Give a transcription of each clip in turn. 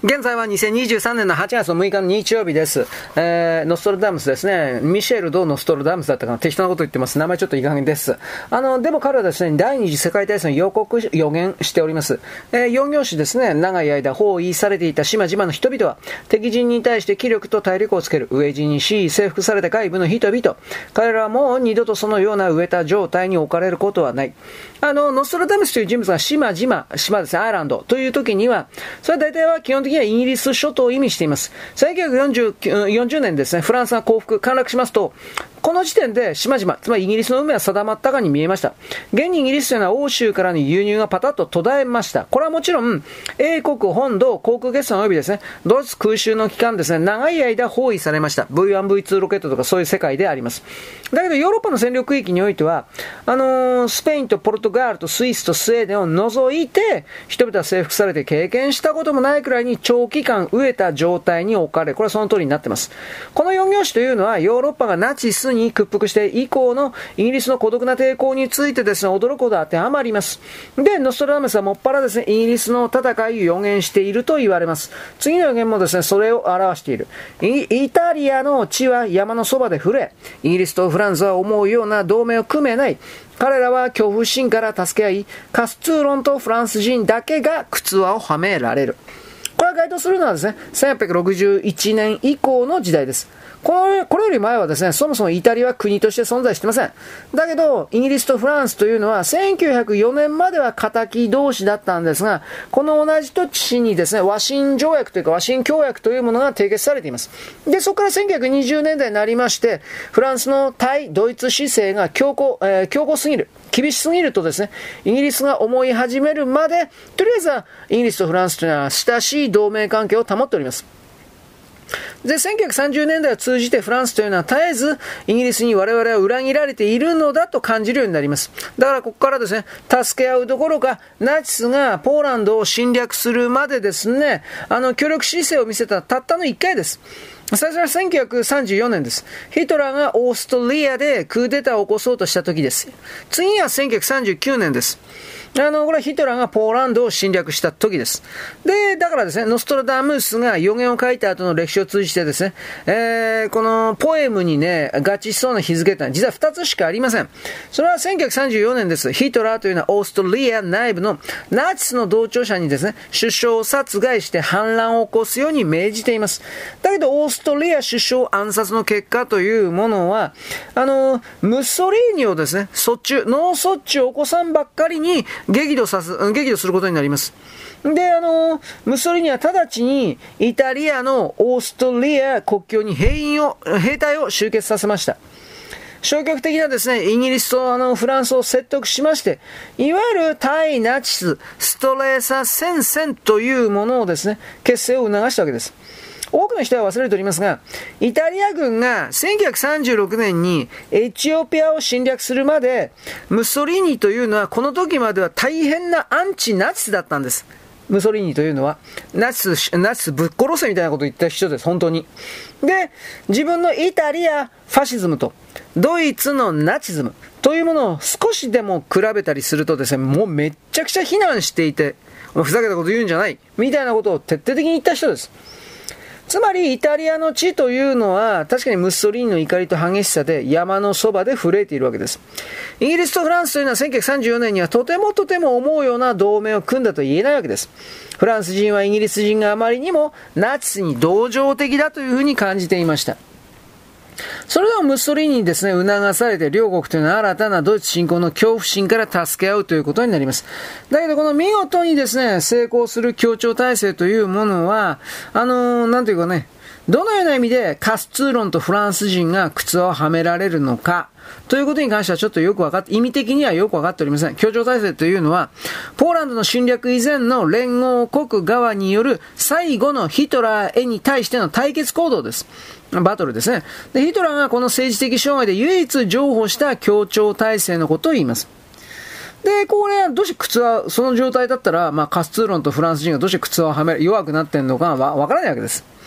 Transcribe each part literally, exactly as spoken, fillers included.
現在はにせんにじゅうさんねんのはちがつむいかの日曜日です。えー、ノストラダムスですね。ミシェル・ド・ノストラダムスだったかな。適当なこと言ってます。名前ちょっといい加減です。あの、でも彼はですね、第二次世界大戦を予告、予言しております。えー、よん行詞ですね。長い間包囲されていた島々の人々は、敵陣に対して気力と体力をつける。飢え死にし、征服された外部の人々。彼らはもう二度とそのような飢えた状態に置かれることはない。あの、ノストラダムスという人物が島々、島ですね、アイランドという時には、それは大体は基本的にはイギリス諸島を意味しています。せんきゅうひゃくよんじゅうねんですね、フランスが降伏、陥落しますと、この時点で島々、つまりイギリスの運命は定まったかに見えました。現にイギリスというのは欧州からの輸入がパタッと途絶えました。これはもちろん、英国本土航空決算及びですね、ドイツ空襲の期間ですね、長い間包囲されました。ブイワン、ブイツー ロケットとかそういう世界であります。だけどヨーロッパの占領区域においては、あのー、スペインとポルトガルとスイスとスウェーデンを除いて、人々は征服されて経験したこともないくらいに長期間飢えた状態に置かれ、これはその通りになっています。このよん行詞というのは、ヨーロッパがナチスに屈服して以降のイギリスの孤独な抵抗についてですね、驚くほど当てはまります。で、ノストラダムスはもっぱらですね、イギリスの戦いを予言していると言われます。次の予言もですね、それを表している。イ, イタリアの地は山のそばで触れ、イギリスとフランスは思うような同盟を組めない。彼らは恐怖心から助け合い、カスツーロンとフランス人だけが靴輪をはめられる。これが該当するのはですね、せんはっぴゃくろくじゅういちねん以降の時代です。これ、これより前はですね、そもそもイタリアは国として存在してません。だけど、イギリスとフランスというのは、せんきゅうひゃくよねんまでは敵同士だったんですが、この同じ土地にですね、ワシン条約というか、ワシン協約というものが締結されています。で、そこからせんきゅうひゃくにじゅうねんだいになりまして、フランスの対ドイツ姿勢が強硬、えー、強硬すぎる。厳しすぎるとですね、イギリスが思い始めるまで、とりあえずはイギリスとフランスというのは親しい同盟関係を保っております。で、せんきゅうひゃくさんじゅうねんだいを通じてフランスというのは絶えずイギリスに我々は裏切られているのだと感じるようになります。だからここからですね、助け合うどころか、ナチスがポーランドを侵略するまでですね、あの、協力姿勢を見せたたったのいっかいです。最初はせんきゅうひゃくさんじゅうよねんです。ヒトラーがオーストリアでクーデターを起こそうとした時です。次にはせんきゅうひゃくさんじゅうきゅうねんです。あの、これはヒトラーがポーランドを侵略した時です。で、だからですね、ノストラダムスが予言を書いた後の歴史を通じてですね、えー、このポエムにね、合致しそうな日付ってのは実はふたつしかありません。それはせんきゅうひゃくさんじゅうよねんです。ヒトラーというのはオーストリア内部のナチスの同調者にですね、首相を殺害して反乱を起こすように命じています。だけど、オーストリア首相暗殺の結果というものは、あの、ムッソリーニをですね、卒中、脳卒中を起こさんばっかりに、激怒さす、激怒することになります。で、あの、ムッソリーニは直ちにイタリアのオーストリア国境に兵員を、兵隊を集結させました。消極的なですね、イギリスとあのフランスを説得しまして、いわゆる対ナチス、ストレーサ戦線というものをですね、結成を促したわけです。多くの人は忘れておりますが、イタリア軍がせんきゅうひゃくさんじゅうろくねんにエチオピアを侵略するまで、ムッソリーニというのはこの時までは大変なアンチナチスだったんです。ムッソリーニというのは、ナチス、ナチスぶっ殺せみたいなことを言った人です、本当に。で、自分のイタリアファシズムとドイツのナチズムというものを少しでも比べたりするとですね、もうめっちゃくちゃ非難していて、もうふざけたこと言うんじゃない、みたいなことを徹底的に言った人です。つまりイタリアの地というのは確かにムッソリーニの怒りと激しさで山のそばで震えているわけです。イギリスとフランスというのはせんきゅうひゃくさんじゅうよねんにはとてもとても思うような同盟を組んだと言えないわけです。フランス人はイギリス人があまりにもナチスに同情的だというふうに感じていました。それでもムッソリーニにですね、促されて両国というのは新たなドイツ侵攻の恐怖心から助け合うということになります。だけどこの見事にですね、成功する協調体制というものは、あのー、なんていうかね、どのような意味でカスツーロンとフランス人が靴をはめられるのか、ということに関してはちょっとよくわかって、意味的にはよくわかっておりません。協調体制というのは、ポーランドの侵略以前の連合国側による最後のヒトラーに対しての対決行動です。バトルですね。で、ヒトラーがこの政治的障害で唯一譲歩した協調体制のことを言います。で、これはどうして靴は、その状態だったら、まあ、カスツーロンとフランス人がどうして靴をはめ、弱くなってんのかはわからないわけです。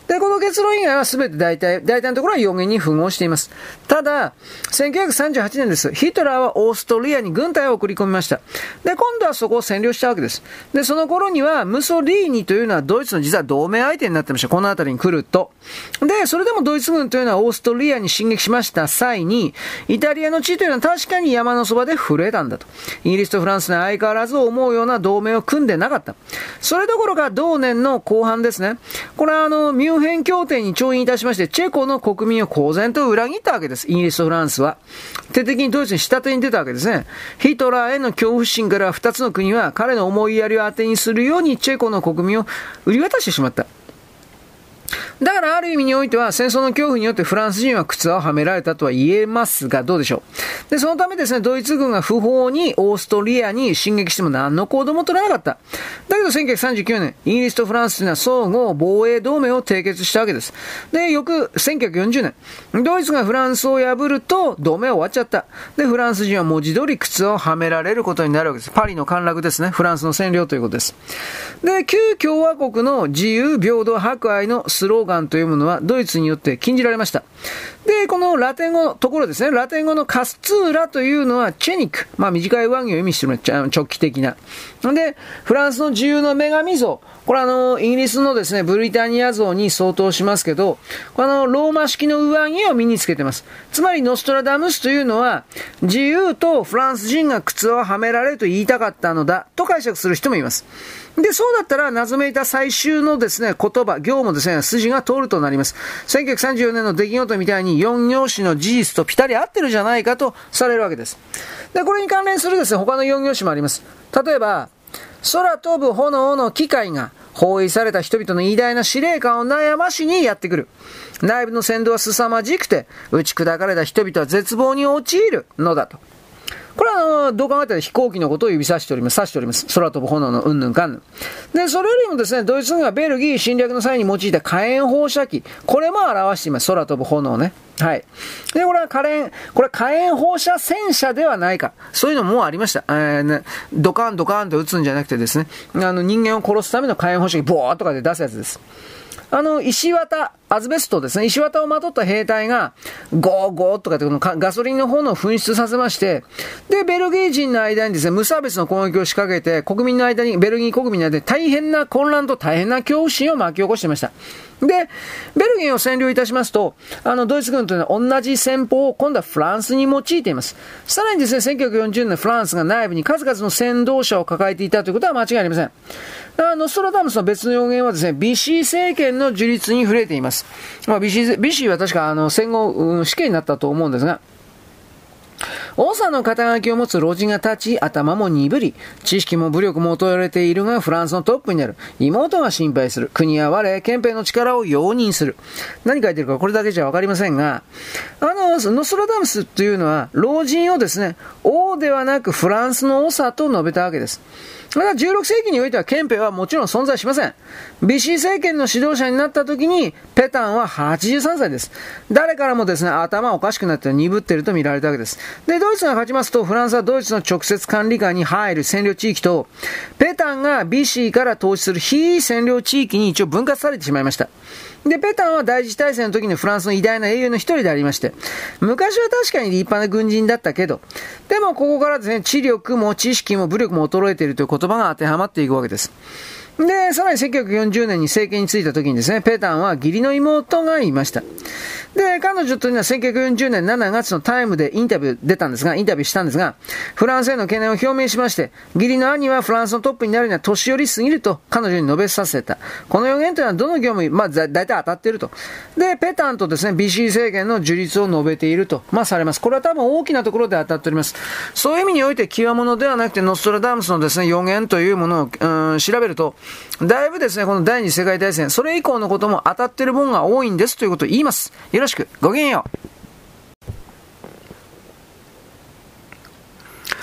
で、この結論以外は全て大体、大体のところは予言に符合しています。ただ、せんきゅうひゃくさんじゅうはちねんです。ヒトラーはオーストリアに軍隊を送り込みました。で、今度はそこを占領したわけです。で、その頃には、ムソリーニというのはドイツの実は同盟相手になってました。この辺りに来ると。で、それでもドイツ軍というのはオーストリアに進撃しました際に、イタリアの地位というのは確かに山のそばで震えたんだと。イギリスとフランスに相変わらず思うような同盟を組んでなかった。それどころか同年の後半ですね。これはあの、ミュンヘン協定に調印いたしまして、チェコの国民を公然と裏切ったわけです。イギリスとフランスは。徹底的にドイツに下手に出たわけですね。ヒトラーへの恐怖心から二つの国は彼の思いやりを当てにするようにチェコの国民を売り渡してしまった。だからある意味においては戦争の恐怖によってフランス人は靴をはめられたとは言えますがどうでしょう。で、そのためですね、ドイツ軍が不法にオーストリアに進撃しても何の行動も取らなかった。だけどせんきゅうひゃくさんじゅうきゅうねん、イギリスとフランスというのは相互防衛同盟を締結したわけです。で、翌せんきゅうひゃくよんじゅうねん、ドイツがフランスを破ると同盟は終わっちゃった。で、フランス人は文字通り靴をはめられることになるわけです。パリの陥落ですね。フランスの占領ということです。で、旧共和国の自由、平等、博愛のスローガンというものはドイツによって禁じられました。で、このラテン語のところですね、ラテン語のカスツーラというのはチェニック、まあ短い上着を意味してる直帰的な。で、フランスの自由の女神像、これあの、イギリスのですね、ブリタニア像に相当しますけど、このローマ式の上着を身につけてます。つまりノストラダムスというのは、自由とフランス人が靴をはめられると言いたかったのだと解釈する人もいます。で、そうだったら謎めいた最終のですね、言葉、行もですね、筋が通るとなります。せんきゅうひゃくさんじゅうよねんの出来事みたいによん行詞の事実とピタリ合ってるじゃないかとされるわけです。で、これに関連するですね、他のよん行詞もあります。例えば、空飛ぶ炎の機械が包囲された人々の偉大な司令官を悩ましにやってくる。内部の戦闘は凄まじくて、打ち砕かれた人々は絶望に陥るのだと。これはあの、どう考えたら飛行機のことを指さしております。指しております。空飛ぶ炎のうんぬんかんぬん。で、それよりもですね、ドイツ軍がベルギー侵略の際に用いた火炎放射器。これも表しています。空飛ぶ炎ね。はい。で、これは火炎、これは火炎放射戦車ではないか。そういうのももうありました。えーね、ドカンドカンと撃つんじゃなくてですね、あの、人間を殺すための火炎放射器、ボーっとかで出すやつです。あの、石綿、アズベストですね。石綿をまとった兵隊が、ゴーゴーとかってこのガソリンの炎を噴出させまして、で、ベルギー人の間にですね、無差別の攻撃を仕掛けて、国民の間に、ベルギー国民の間で大変な混乱と大変な恐怖心を巻き起こしていました。で、ベルギーを占領いたしますと、あの、ドイツ軍というのは同じ戦法を今度はフランスに用いています。さらにですね、せんきゅうひゃくよんじゅうねんフランスが内部に数々の先導者を抱えていたということは間違いありません。あの、ノストラダムスの別の予言はですね、ビシー政権の樹立に触れています。まあ、ビシー、ビシーは確かあの、戦後、うん、死刑になったと思うんですが、長の肩書きを持つ老人が立ち、頭も鈍り、知識も武力も衰えているがフランスのトップになる。妹が心配する。国は我、憲兵の力を容認する。何書いてるかこれだけじゃわかりませんが、あの、ノストラダムスというのは、老人をですね、王ではなくフランスの長と述べたわけです。またじゅうろくせいきにおいては憲兵はもちろん存在しません。ビシー政権の指導者になった時にペタンははちじゅうさんさいです。誰からもですね、頭おかしくなって鈍っていると見られたわけです。で、ドイツが勝ちますとフランスはドイツの直接管理下に入る占領地域とペタンがビシーから統治する非占領地域に一応分割されてしまいました。で、ペタンは第一次大戦の時にフランスの偉大な英雄の一人でありまして、昔は確かに立派な軍人だったけど、でもここからですね、知力も知識も武力も衰えているという言葉が当てはまっていくわけです。で、さらにせんきゅうひゃくよんじゅうねんに政権に就いた時にですね、ペタンは義理の妹がいました。で、彼女というのはせんきゅうひゃくよんじゅうねんしちがつのタイムでインタビュー出たんですが、インタビューしたんですが、フランスへの懸念を表明しまして、義理の兄はフランスのトップになるには年寄りすぎると彼女に述べさせた。この予言というのはどの業務に、まあ、だいたい当たっていると。で、ペタンとですね、ビシー政権の樹立を述べていると、まあ、されます。これは多分大きなところで当たっております。そういう意味において、極物ではなくて、ノストラダムスのですね、予言というものを、うん、調べると、だいぶですね、この第二次世界大戦、それ以降のことも当たっている本が多いんですということを言います。よろしく、ごきげんよう。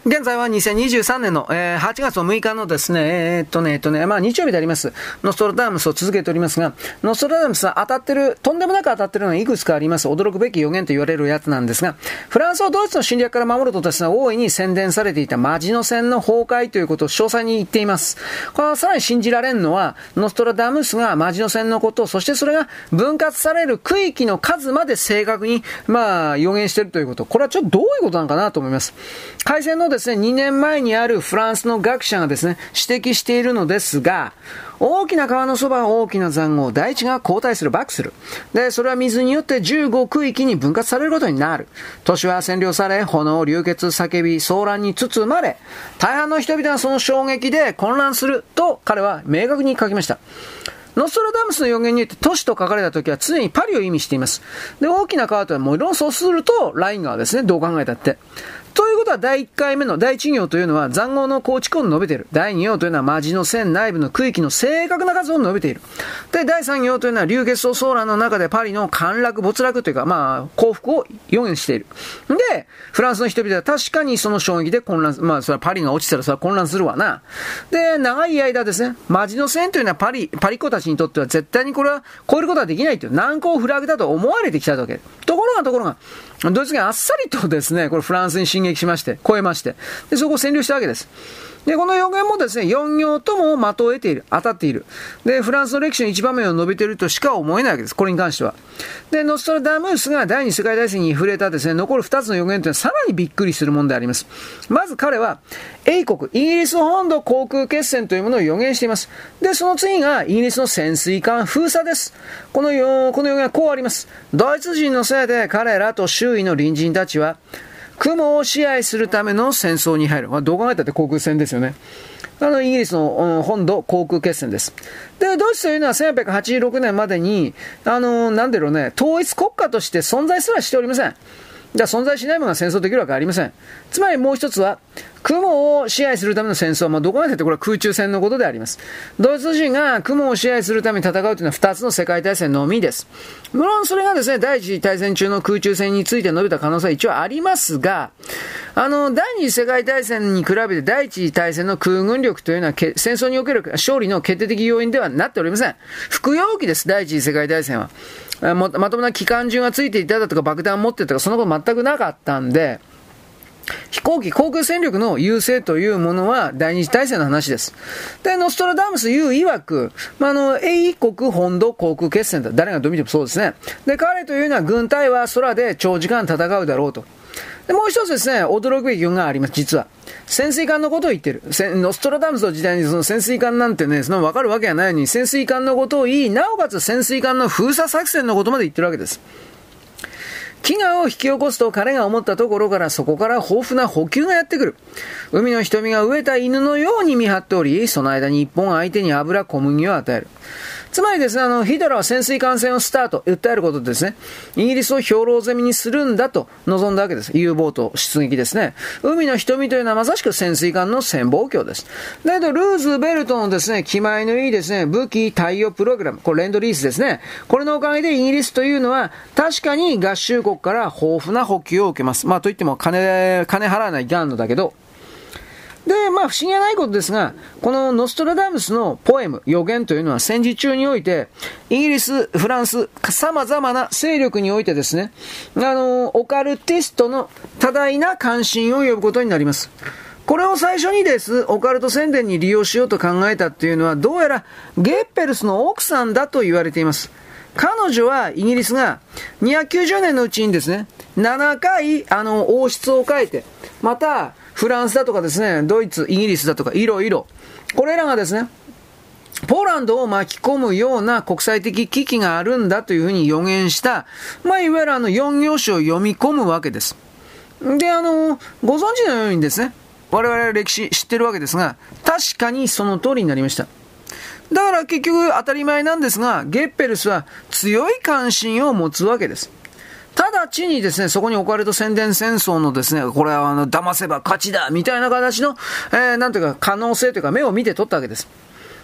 現在はにせんにじゅうさんねんの、えー、はちがつむいかのですね、えー、っとね、えー、っとね、まあ日曜日であります。ノストラダムスを続けておりますが、ノストラダムスは当たってる、とんでもなく当たってるのがいくつかあります。驚くべき予言と言われるやつなんですが、フランスをドイツの侵略から守るとですね、大いに宣伝されていたマジノ線の崩壊ということを詳細に言っています。これはさらに信じられんのは、ノストラダムスがマジノ線のことを、そしてそれが分割される区域の数まで正確に、まあ予言しているということ。これはちょっとどういうことなのかなと思います。開戦のですね、にねんまえにあるフランスの学者がですね、指摘しているのですが、大きな川のそばは大きな塹壕、大地が後退する、バックする。で、それは水によってじゅうご区域に分割されることになる。都市は占領され、炎、流血、叫び、騒乱に包まれ、大半の人々はその衝撃で混乱すると彼は明確に書きました。ノストラダムスの予言によって都市と書かれたときは常にパリを意味しています。で、大きな川とはもちろんそうするとライン川ですね。どう考えたって。ということはだいいっかいめの第一行というのは塹壕の構築を述べている。だいに行というのはマジの線内部の区域の正確な数を述べている。で、だいさん行というのは流血と騒乱の中でパリの陥落、没落というか、まあ、降伏を予言している。で、フランスの人々は確かにその衝撃で混乱、まあ、それはパリが落ちたらそれは混乱するわな。で、長い間ですね、マジの線というのはパリ、パリ子たちにとっては絶対にこれは超えることはできないという難攻不落だと思われてきたわけ。ところがところが、ドイツ軍あっさりとですね、これフランスに進撃しまして、超えまして、で、そこを占領したわけです。で、この予言もですね、よん行とも的を得ている、当たっている。で、フランスの歴史の一場面を述べているとしか思えないわけです。これに関しては。で、ノストラダムスが第二次世界大戦に触れたですね、残るふたつの予言というのはさらにびっくりするものであります。まず彼は、英国、イギリス本土航空決戦というものを予言しています。で、その次がイギリスの潜水艦封鎖です。このよ、この予言はこうあります。ドイツ人のせいで彼らと周囲の隣人たちは、雲を支配するための戦争に入る。まあ、どう考えたって航空戦ですよね。あの、イギリスの、うん、本土航空決戦です。で、ドイツというのはせんはっぴゃくはちじゅうろくねんまでに、あの、なんだろうね、統一国家として存在すらしておりません。じゃあ存在しないものが戦争できるわけありません。つまりもう一つは、雲を支配するための戦争は、まあ、どこまでってこれは空中戦のことであります。ドイツ人が雲を支配するために戦うというのは二つの世界大戦のみです。無論それがですね、第一次大戦中の空中戦について述べた可能性は一応ありますが、あの、第二次世界大戦に比べて第一次大戦の空軍力というのは戦争における勝利の決定的要因ではなっておりません。服用機です、第一次世界大戦は。まともな機関銃がついていただとか爆弾を持っていたとかそのこと全くなかったんで、飛行機、航空戦力の優勢というものは第二次大戦の話です。で、ノストラダムス言う曰く、まあ、あの、英国本土航空決戦だ。誰がどう見てもそうですね。で、彼というのは軍隊は空で長時間戦うだろうと。で、もう一つですね、驚くべき言があります、実は。潜水艦のことを言ってる。ノストラダムスの時代にその潜水艦なんてね、その分かるわけがないのに、潜水艦のことを言い、なおかつ潜水艦の封鎖作戦のことまで言ってるわけです。飢餓を引き起こすと彼が思ったところからそこから豊富な補給がやってくる。海の瞳が飢えた犬のように見張っており、その間に一本相手に油小麦を与える。つまりですね、あの、ヒトラーは潜水艦戦をスタート、訴えることでですね、イギリスを兵糧攻めにするんだと望んだわけです。U ボート出撃ですね。海の瞳というのはまさしく潜水艦の潜望鏡です。だけど、ルーズベルトのですね、気前のいいですね、武器貸与プログラム、これレンドリースですね。これのおかげでイギリスというのは、確かに合衆国から豊富な補給を受けます。まあ、といっても金、金払わないガンのだけど、で、まあ不思議はないことですが、このノストラダムスのポエム、予言というのは戦時中において、イギリス、フランス、様々な勢力においてですね、あの、オカルティストの多大な関心を呼ぶことになります。これを最初にです、オカルト宣伝に利用しようと考えたっていうのは、どうやらゲッペルスの奥さんだと言われています。彼女はイギリスがにひゃくきゅうじゅうねんのうちにですね、ななかいあの王室を変えて、またフランスだとかですね、ドイツ、イギリスだとかいろいろ、これらがですね、ポーランドを巻き込むような国際的危機があるんだというふうに予言した、まあ、いわゆるあのよん行書を読み込むわけです。で、あの、ご存知のようにですね、我々は歴史知ってるわけですが、確かにその通りになりました。だから結局当たり前なんですが、ゲッペルスは強い関心を持つわけです。直ちにですね、そこにオカルト宣伝戦争のですね、これはあの騙せば勝ちだみたいな形の、えー、なんていうか可能性というか目を見て取ったわけです。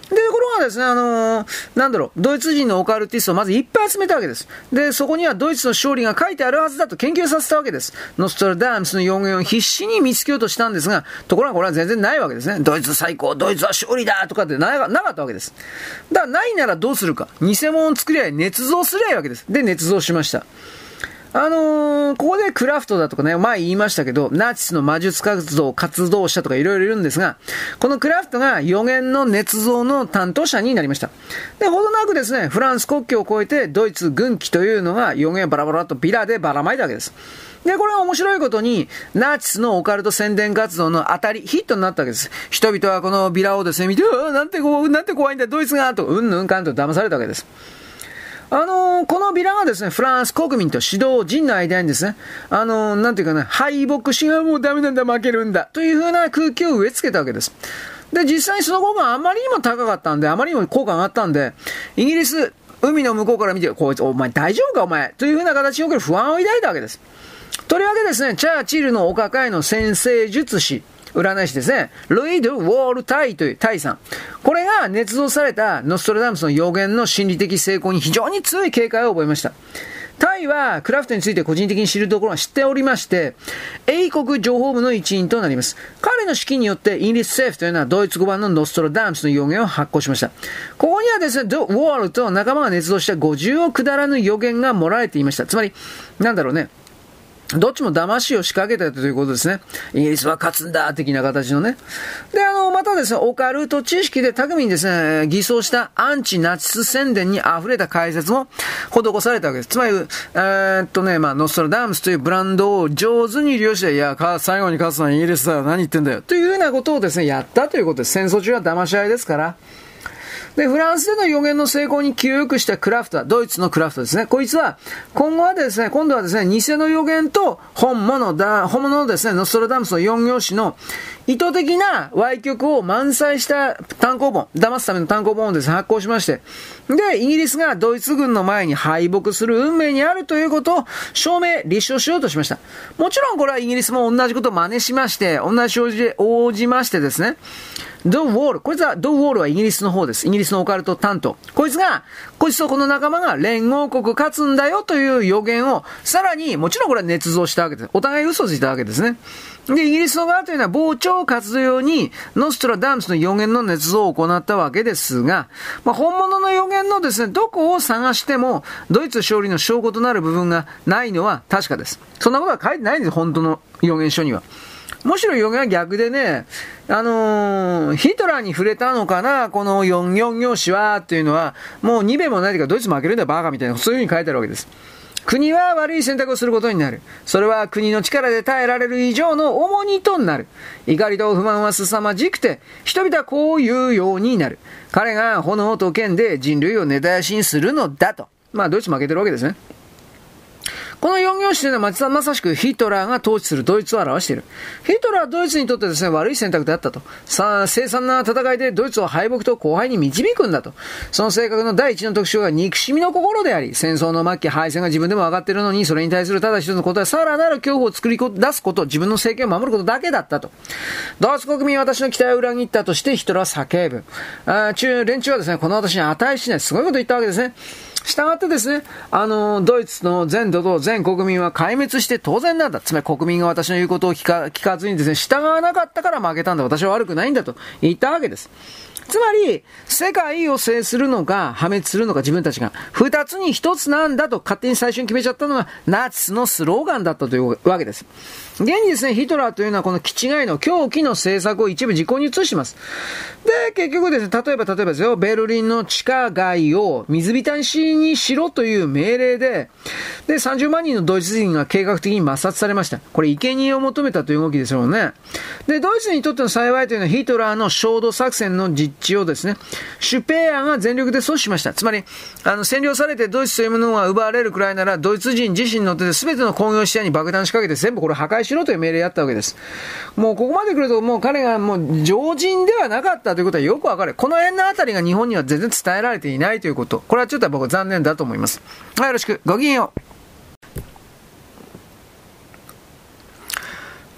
で、ところがですね、あのー、なんだろう、ドイツ人のオカルティストをまずいっぱい集めたわけです。で、そこにはドイツの勝利が書いてあるはずだと研究させたわけです。ノストラダムスの予言を必死に見つけようとしたんですが、ところがこれは全然ないわけですね。ドイツ最高、ドイツは勝利だとかってな、なかったわけです。だからないならどうするか。偽物を作りゃい、捏造すりゃいいわけです。で、捏造しました。あのー、ここでクラフトだとかね、前言いましたけど、ナチスの魔術活動、活動者とかいろいろいるんですが、このクラフトが予言の捏造の担当者になりました。で、ほどなくですね、フランス国境を越えてドイツ軍機というのが予言をバラバラとビラでばらまいたわけです。で、これは面白いことに、ナチスのオカルト宣伝活動の当たり、ヒットになったわけです。人々はこのビラをですね、見て、うわ、なんてこう、なんて怖いんだ、ドイツが、と、うんぬんかんと騙されたわけです。あのー、このビラがですね、フランス国民と指導人の間にですね、あのー、なんていうかね、敗北しがもうダメなんだ、負けるんだ、という風な空気を植え付けたわけです。で、実際にその効果があまりにも高かったんで、あまりにも効果があったんで、イギリス、海の向こうから見て、こいつ、お前大丈夫かお前、という風な形における不安を抱いたわけです。とりわけですね、チャーチルのお抱えの先生術師、占い師ですね、ルイ・ドゥ・ウォール・タイというタイさん。これが捏造されたノストラダムスの予言の心理的成功に非常に強い警戒を覚えました。タイはクラフトについて個人的に知るところは知っておりまして、英国情報部の一員となります。彼の指揮によってイギリス政府というのはドイツ語版のノストラダムスの予言を発行しました。ここにはですね、ド・ウォールと仲間が捏造したごじゅうを下らぬ予言が盛られていました。つまり、なんだろうね。どっちも騙しを仕掛けたということですね。イギリスは勝つんだ的な形のね。で、あの、またですね、オカルト知識で巧みにですね、偽装したアンチナチス宣伝に溢れた解説も施されたわけです。つまり、えー、っとね、まあ、ノストラダムスというブランドを上手に利用して、いや、最後に勝つのはイギリスだよ、何言ってんだよ、というようなことをですね、やったということです。戦争中は騙し合いですから。で、フランスでの予言の成功に気を良くしたクラフトは、ドイツのクラフトですね。こいつは、今後はですね、今度はですね、偽の予言と本物だ、本物のですね、ノストラダムスのよん行詞の意図的な歪曲を満載した単行本、騙すための単行本をですね、発行しまして、で、イギリスがドイツ軍の前に敗北する運命にあるということを証明、立証しようとしました。もちろんこれはイギリスも同じことを真似しまして、同じ表示で応じましてですね、ド・ウォール。こいつは、ド・ウォールはイギリスの方です。イギリスのオカルト担当。こいつが、こいつとこの仲間が連合国勝つんだよという予言を、さらに、もちろんこれは捏造したわけです。お互い嘘ついたわけですね。で、イギリスの側というのは傍聴活動用に、ノストラダムスの予言の捏造を行ったわけですが、まあ、本物の予言のですね、どこを探しても、ドイツ勝利の証拠となる部分がないのは確かです。そんなことは書いてないんです、本当の予言書には。むしろ予言は逆でね、あのー、ヒトラーに触れたのかな、このよん行詞は、っていうのは、もうにべもないというか、ドイツ負けるんだよ、バカみたいな、そういう風に書いてあるわけです。国は悪い選択をすることになる。それは国の力で耐えられる以上の重荷となる。怒りと不満は凄まじくて、人々はこう言うようになる。彼が炎と剣で人類を根絶やしにするのだと。まあ、ドイツ負けてるわけですね。このよん行詞というのはまさしくヒトラーが統治するドイツを表している。ヒトラーはドイツにとってですね、悪い選択であったと。さあ、凄惨な戦いでドイツを敗北と荒廃に導くんだと。その性格の第一の特徴が憎しみの心であり、戦争の末期、敗戦が自分でも分かっているのに、それに対するただ一つのことは、さらなる恐怖を作り出すこと、自分の政権を守ることだけだったと。ドイツ国民は私の期待を裏切ったとしてヒトラーは叫ぶ。あ中連中はですね、この私に値しない、すごいこと言ったわけですね。したがってですね、あの、ドイツの全土と全国民は壊滅して当然なんだ。つまり国民が私の言うことを聞か、聞かずにですね、従わなかったから負けたんだ。私は悪くないんだと言ったわけです。つまり、世界を制するのか、破滅するのか自分たちが、二つに一つなんだと勝手に最初に決めちゃったのが、ナチスのスローガンだったというわけです。現にですね、ヒトラーというのはこの気違いの狂気の政策を一部実行に移しています。で、結局ですね、例えば例えばですよ、ベルリンの地下街を水浸しにしろという命令で、で、さんじゅうまんにんのドイツ人が計画的に抹殺されました。これ、生贄を求めたという動きですよね。で、ドイツにとっての幸いというのはヒトラーの焦土作戦の実地をですね、シュペーアが全力で阻止しました。つまり、あの、占領されてドイツというものが奪われるくらいなら、ドイツ人自身の手で全ての工業支社に爆弾仕掛けて全部これ破壊しろという命令やったわけです。もうここまで来るともう彼がもう常人ではなかったということはよくわかる。この辺のあたりが日本には全然伝えられていないということ。これはちょっと僕は残念だと思います。はい、よろしく。ごきげんよう。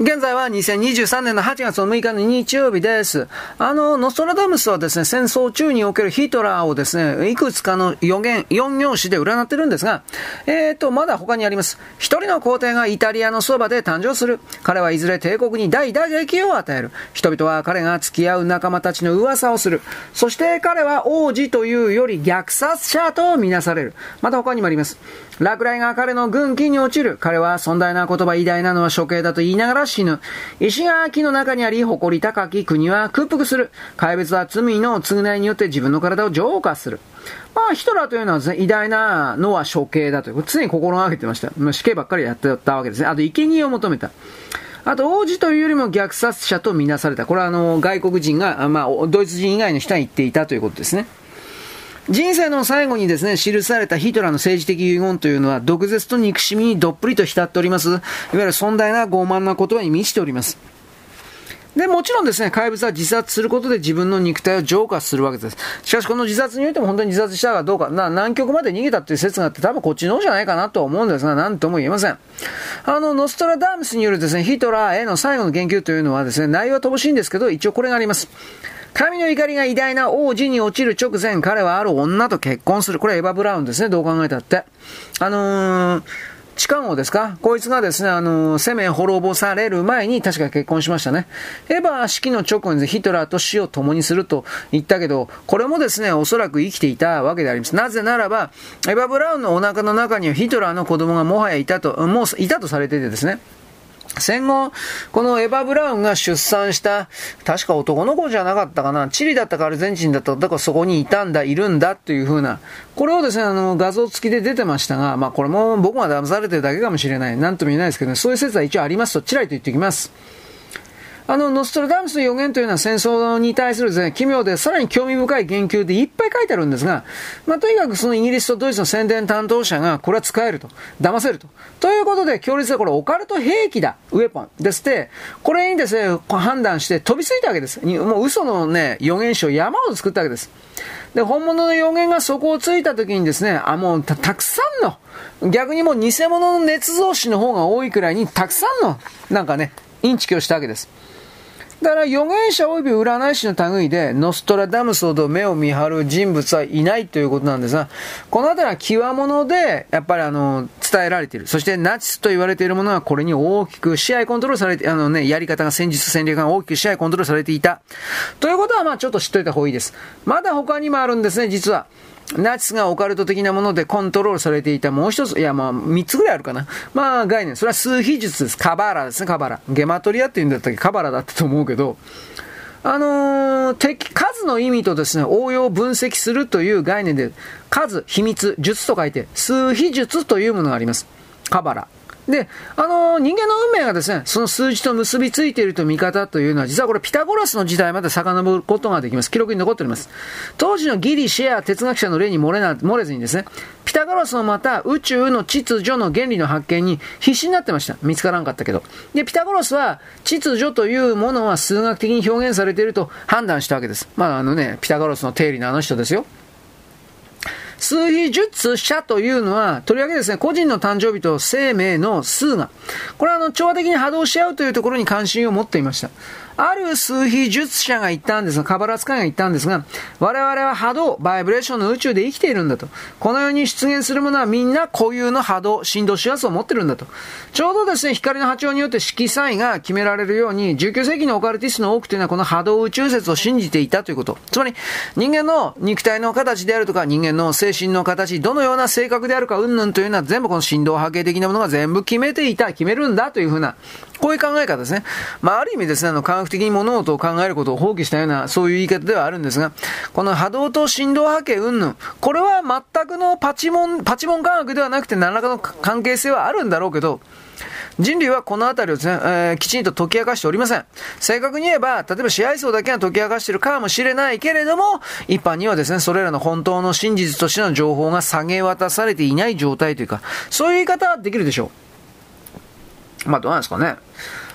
現在はにせんにじゅうさんねんのはちがつのむいかの日曜日です。あの、ノストラダムスはですね、戦争中におけるヒトラーをですね、いくつかの予言、よん行詞で占ってるんですが、えーと、まだ他にあります。一人の皇帝がイタリアのそばで誕生する。彼はいずれ帝国に大打撃を与える。人々は彼が付き合う仲間たちの噂をする。そして彼は王子というより虐殺者とみなされる。また他にもあります。落雷が彼の軍旗に落ちる。彼は尊大な言葉、偉大なのは処刑だと言いながら死ぬ。石が木の中にあり、誇り高き国は屈服する。怪物は罪の償いによって自分の体を浄化する。まあ、ヒトラーというのはですね、偉大なのは処刑だという。常に心がけてました。まあ、死刑ばっかりやってたわけですね。あと、生贄を求めた。あと、王子というよりも虐殺者とみなされた。これはあの、外国人が、まあ、ドイツ人以外の人は言っていたということですね。人生の最後にですね、記されたヒトラーの政治的遺言というのは、毒舌と憎しみにどっぷりと浸っております。いわゆる尊大な傲慢な言葉に満ちております。で、もちろんですね、怪物は自殺することで自分の肉体を浄化するわけです。しかしこの自殺においても本当に自殺したかどうか、な南極まで逃げたっていう説があって、多分こっちの方じゃないかなと思うんですが、何とも言えません。あの、ノストラダムスによるですね、ヒトラーへの最後の言及というのはですね、内容は乏しいんですけど、一応これがあります。神の怒りが偉大な王子に落ちる直前、彼はある女と結婚する。これはエヴァ・ブラウンですね、どう考えたって。あのー、チカン王ですか、こいつがですね、あのー、攻め滅ぼされる前に確か結婚しましたね。エヴァは死期の直後にヒトラーと死を共にすると言ったけど、これもですね、おそらく生きていたわけであります。なぜならば、エヴァ・ブラウンのお腹の中にはヒトラーの子供がもはやいたと、もういたとされていてですね、戦後、このエヴァ・ブラウンが出産した、確か男の子じゃなかったかな、チリだったかアルゼンチンだったか、だからそこにいたんだ、いるんだっていう風な、これをですね、あの、画像付きで出てましたが、まあこれも僕が騙されてるだけかもしれない。なんとも言えないですけどね、そういう説は一応ありますと、ちらりと言っておきます。あの、ノストラダムスの予言というのは戦争に対するですね、奇妙でさらに興味深い言及でいっぱい書いてあるんですが、まあ、とにかくそのイギリスとドイツの宣伝担当者がこれは使えると、騙せると。ということで、強烈なこれオカルト兵器だ、ウェポンですって、これにですね、判断して飛びついたわけです。もう嘘のね、予言書山を作ったわけです。で、本物の予言が底をついた時にですね、あ、もう た, たくさんの、逆にもう偽物の捏造師の方が多いくらいにたくさんの、なんかね、インチキをしたわけです。だから預言者及び占い師の類でノストラダムスほど目を見張る人物はいないということなんですが、このあたりは極物でやっぱりあの伝えられている。そしてナチスと言われているものはこれに大きく支配コントロールされて、あのね、やり方が戦術戦略が大きく支配コントロールされていたということはまあちょっと知っといた方がいいです。まだ他にもあるんですね、実は。ナチスがオカルト的なものでコントロールされていたもう一つ、いやまあ三つぐらいあるかな。まあ概念、それは数秘術です。カバラですね、カバラ。ゲマトリアって言うんだったっけ、カバラだったと思うけど、あのー、敵、数の意味とですね、応用を分析するという概念で、数、秘密、術と書いて、数秘術というものがあります。カバラ。で、あのー、人間の運命がですね、その数字と結びついていると見方というのは、実はこれピタゴラスの時代まで遡ることができます。記録に残っております。当時のギリシェア哲学者の例に漏れな、漏れずにですね、ピタゴラスもまた宇宙の秩序の原理の発見に必死になってました。見つからんかったけど。で、ピタゴラスは秩序というものは数学的に表現されていると判断したわけです。まああのね、ピタゴラスの定理のあの人ですよ。数秘術者というのは、とりわけですね、個人の誕生日と生命の数が、これはあの、調和的に波動し合うというところに関心を持っていました。ある数秘術者が言ったんですが、カバラ使いが言ったんですが、我々は波動、バイブレーションの宇宙で生きているんだと。この世に出現するものはみんな固有の波動、振動周波数を持ってるんだと。ちょうどですね、光の波長によって色彩が決められるように、じゅうきゅうせいきのオカルティストの多くというのはこの波動宇宙説を信じていたということ。つまり、人間の肉体の形であるとか、人間の精神の形、どのような性格であるか、うんぬんというのは全部この振動波形的なものが全部決めていた、決めるんだというふうな、こういう考え方ですね。まあ、ある意味ですね、あの、科学的に物事を考えることを放棄したような、そういう言い方ではあるんですが、この波動と振動波形云々、これは全くのパチモン、パチモン科学ではなくて何らかの関係性はあるんだろうけど、人類はこのあたりをですね、えー、きちんと解き明かしておりません。正確に言えば、例えば支配層だけが解き明かしているかもしれないけれども、一般にはですね、それらの本当の真実としての情報が下げ渡されていない状態というか、そういう言い方はできるでしょう。まあどうなんですかね。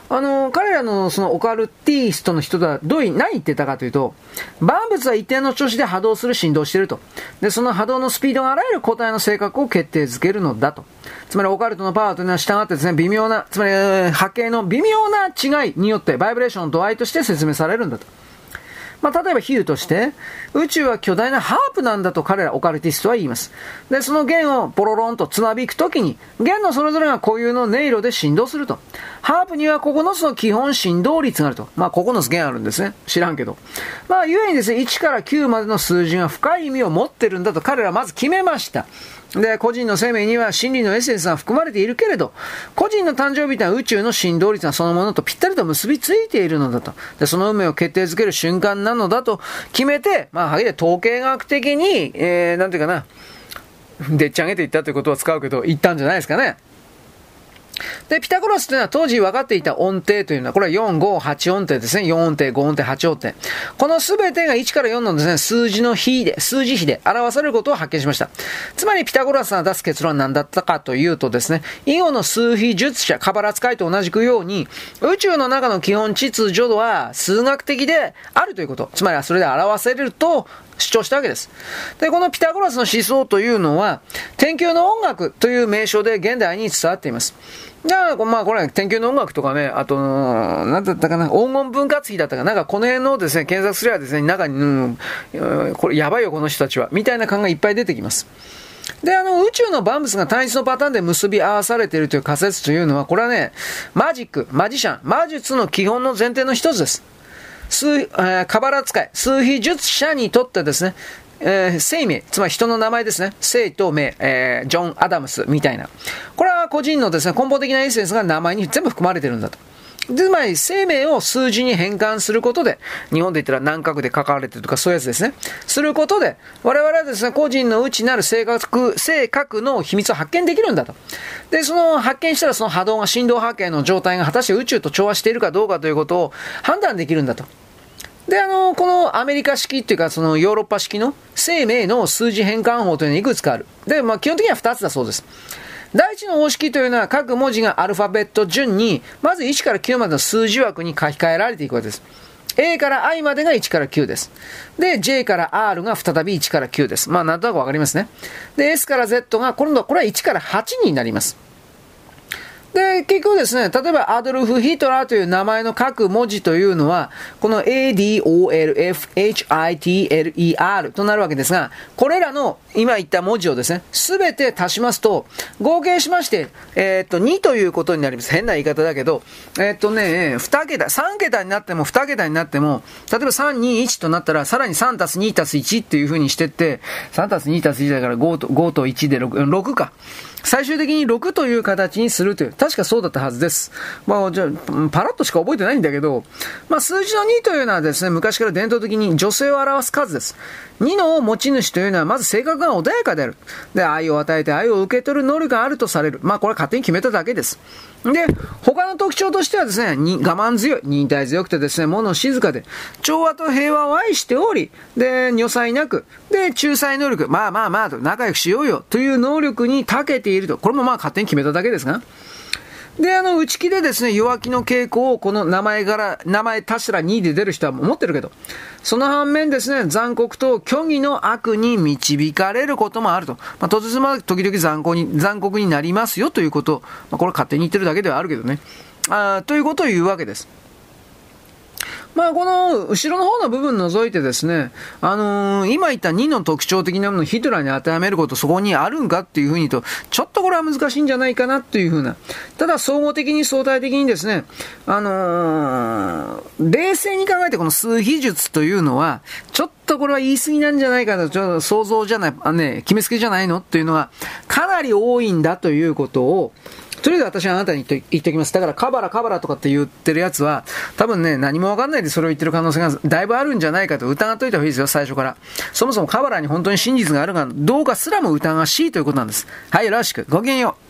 あの、彼らのそのオカルティストの人はどういう、何言ってたかというと、万物は一定の調子で波動する振動していると。で、その波動のスピードがあらゆる個体の性格を決定づけるのだと。つまりオカルトのパワーというのは従ってですね、微妙な、つまり波形の微妙な違いによってバイブレーションの度合いとして説明されるんだと。まあ、例えば比喩として、宇宙は巨大なハープなんだと彼らオカルティストは言います。で、その弦をポロロンとつまびくときに、弦のそれぞれが固有の音色で振動すると。ハープにはここのつの基本振動率があると。まあ、ここのつ弦あるんですね。知らんけど。まあ、ゆえにですね、いちからきゅうまでの数字が深い意味を持ってるんだと彼らはまず決めました。で、個人の生命には真理のエッセンスが含まれているけれど、個人の誕生日というのは宇宙の振動率がそのものとぴったりと結びついているのだと。で、その運命を決定づける瞬間なのだと決めて、まあ、はっきり統計学的に、えー、なんていうかな、でっち上げていったということは使うけど、言ったんじゃないですかね。で、ピタゴラスというのは当時分かっていた音程というのは、これはよん、ご、はち音程ですね。よん音程、ご音程、はち音程。このすべてがいちからよんのですね、数字の比で、数字比で表されることを発見しました。つまりピタゴラスが出す結論は何だったかというとですね、囲碁の数比術者、カバラ使いと同じくように、宇宙の中の基本秩序は数学的であるということ。つまりはそれで表せると、主張したわけです。で、このピタゴラスの思想というのは、天球の音楽という名称で現代に伝わっています。だから、まあ、これは天球の音楽とかね、あと、なんだったかな、黄金分割比だったかな、なんかこの辺のですね、検索すればですね、中に、うん、これやばいよ、この人たちは、みたいな感がいっぱい出てきます。で、あの、宇宙の万物が単一のパターンで結び合わされているという仮説というのは、これはね、マジック、マジシャン、魔術の基本の前提の一つです。数、えー、カバラ使い、数比術者にとってですね、えー、生命、つまり人の名前ですね。生と命、えー、ジョン・アダムスみたいな。これは個人のですね、根本的なエッセンスが名前に全部含まれてるんだと。つまり生命を数字に変換することで、日本で言ったら何画で書かれてるとかそういうやつですね。することで、我々はですね、個人の内なる性格、性格の秘密を発見できるんだと。で、その発見したらその波動が振動波形の状態が果たして宇宙と調和しているかどうかということを判断できるんだと。で、あの、このアメリカ式っていうか、そのヨーロッパ式の生命の数字変換法というのはいくつかある。で、まあ基本的にはふたつだそうです。第一の方式というのは各文字がアルファベット順に、まずいちからきゅうまでの数字枠に書き換えられていくわけです。A から I までがいちからきゅうです。で、J から R が再びいちからきゅうです。まあなんとなくわかりますね。で、S から Z が今度はこれはいちからはちになります。で、結局ですね、例えばアドルフ・ヒトラーという名前の書く文字というのは、この エーディーオーエルエフエイチアイティーエルイーアール となるわけですが、これらの今言った文字をですね、すべて足しますと、合計しまして、えー、っと、にということになります。変な言い方だけど、えー、っとね、に桁、さん桁になってもに桁になっても、例えばさん、に、いちとなったら、さらにさんたすにたすいちっていう風にしてって、さんたすにたすいちだからごと、ごといちでろく、ろくか。最終的にろくという形にするという、確かそうだったはずです。まあ、じゃあ、パラッとしか覚えてないんだけど、まあ、数字のにというのはですね、昔から伝統的に女性を表す数です。にの持ち主というのは、まず性格が穏やかである。で、愛を与えて愛を受け取る能力があるとされる。まあ、これは勝手に決めただけです。で、他の特徴としてはですね、に我慢強い、忍耐強くてですね、物静かで、調和と平和を愛しており、で、女才なく、で、仲裁能力、まあまあまあと、仲良くしようよ、という能力に長けていると。これもまあ勝手に決めただけですが。で、あの、内気でですね、弱気の傾向をこの名前から、名前頭にで出る人は思ってるけど、その反面ですね、残酷と虚偽の悪に導かれることもあると。まあ、とてつもなく時々残酷に、残酷になりますよということを、まあ、これ勝手に言ってるだけではあるけどね。あということを言うわけです。まあ、この後ろの方の部分除いてですね、あのー、今言ったにの特徴的なものをヒトラーに当てはめることそこにあるんかっていうふうにと、ちょっとこれは難しいんじゃないかなというふうな。ただ総合的に相対的にですね、あのー、冷静に考えてこの数比術というのは、ちょっとこれは言い過ぎなんじゃないかと、ちょっと想像じゃない、あのね、決めつけじゃないのっていうのがかなり多いんだということを、とりあえず私はあなたに言っておきます。だからカバラカバラとかって言ってるやつは多分ね、何もわかんないでそれを言ってる可能性がだいぶあるんじゃないかと疑っといた方がいいですよ、最初から。そもそもカバラに本当に真実があるかどうかすらも疑わしいということなんです。はい、よろしく。ごきげんよう。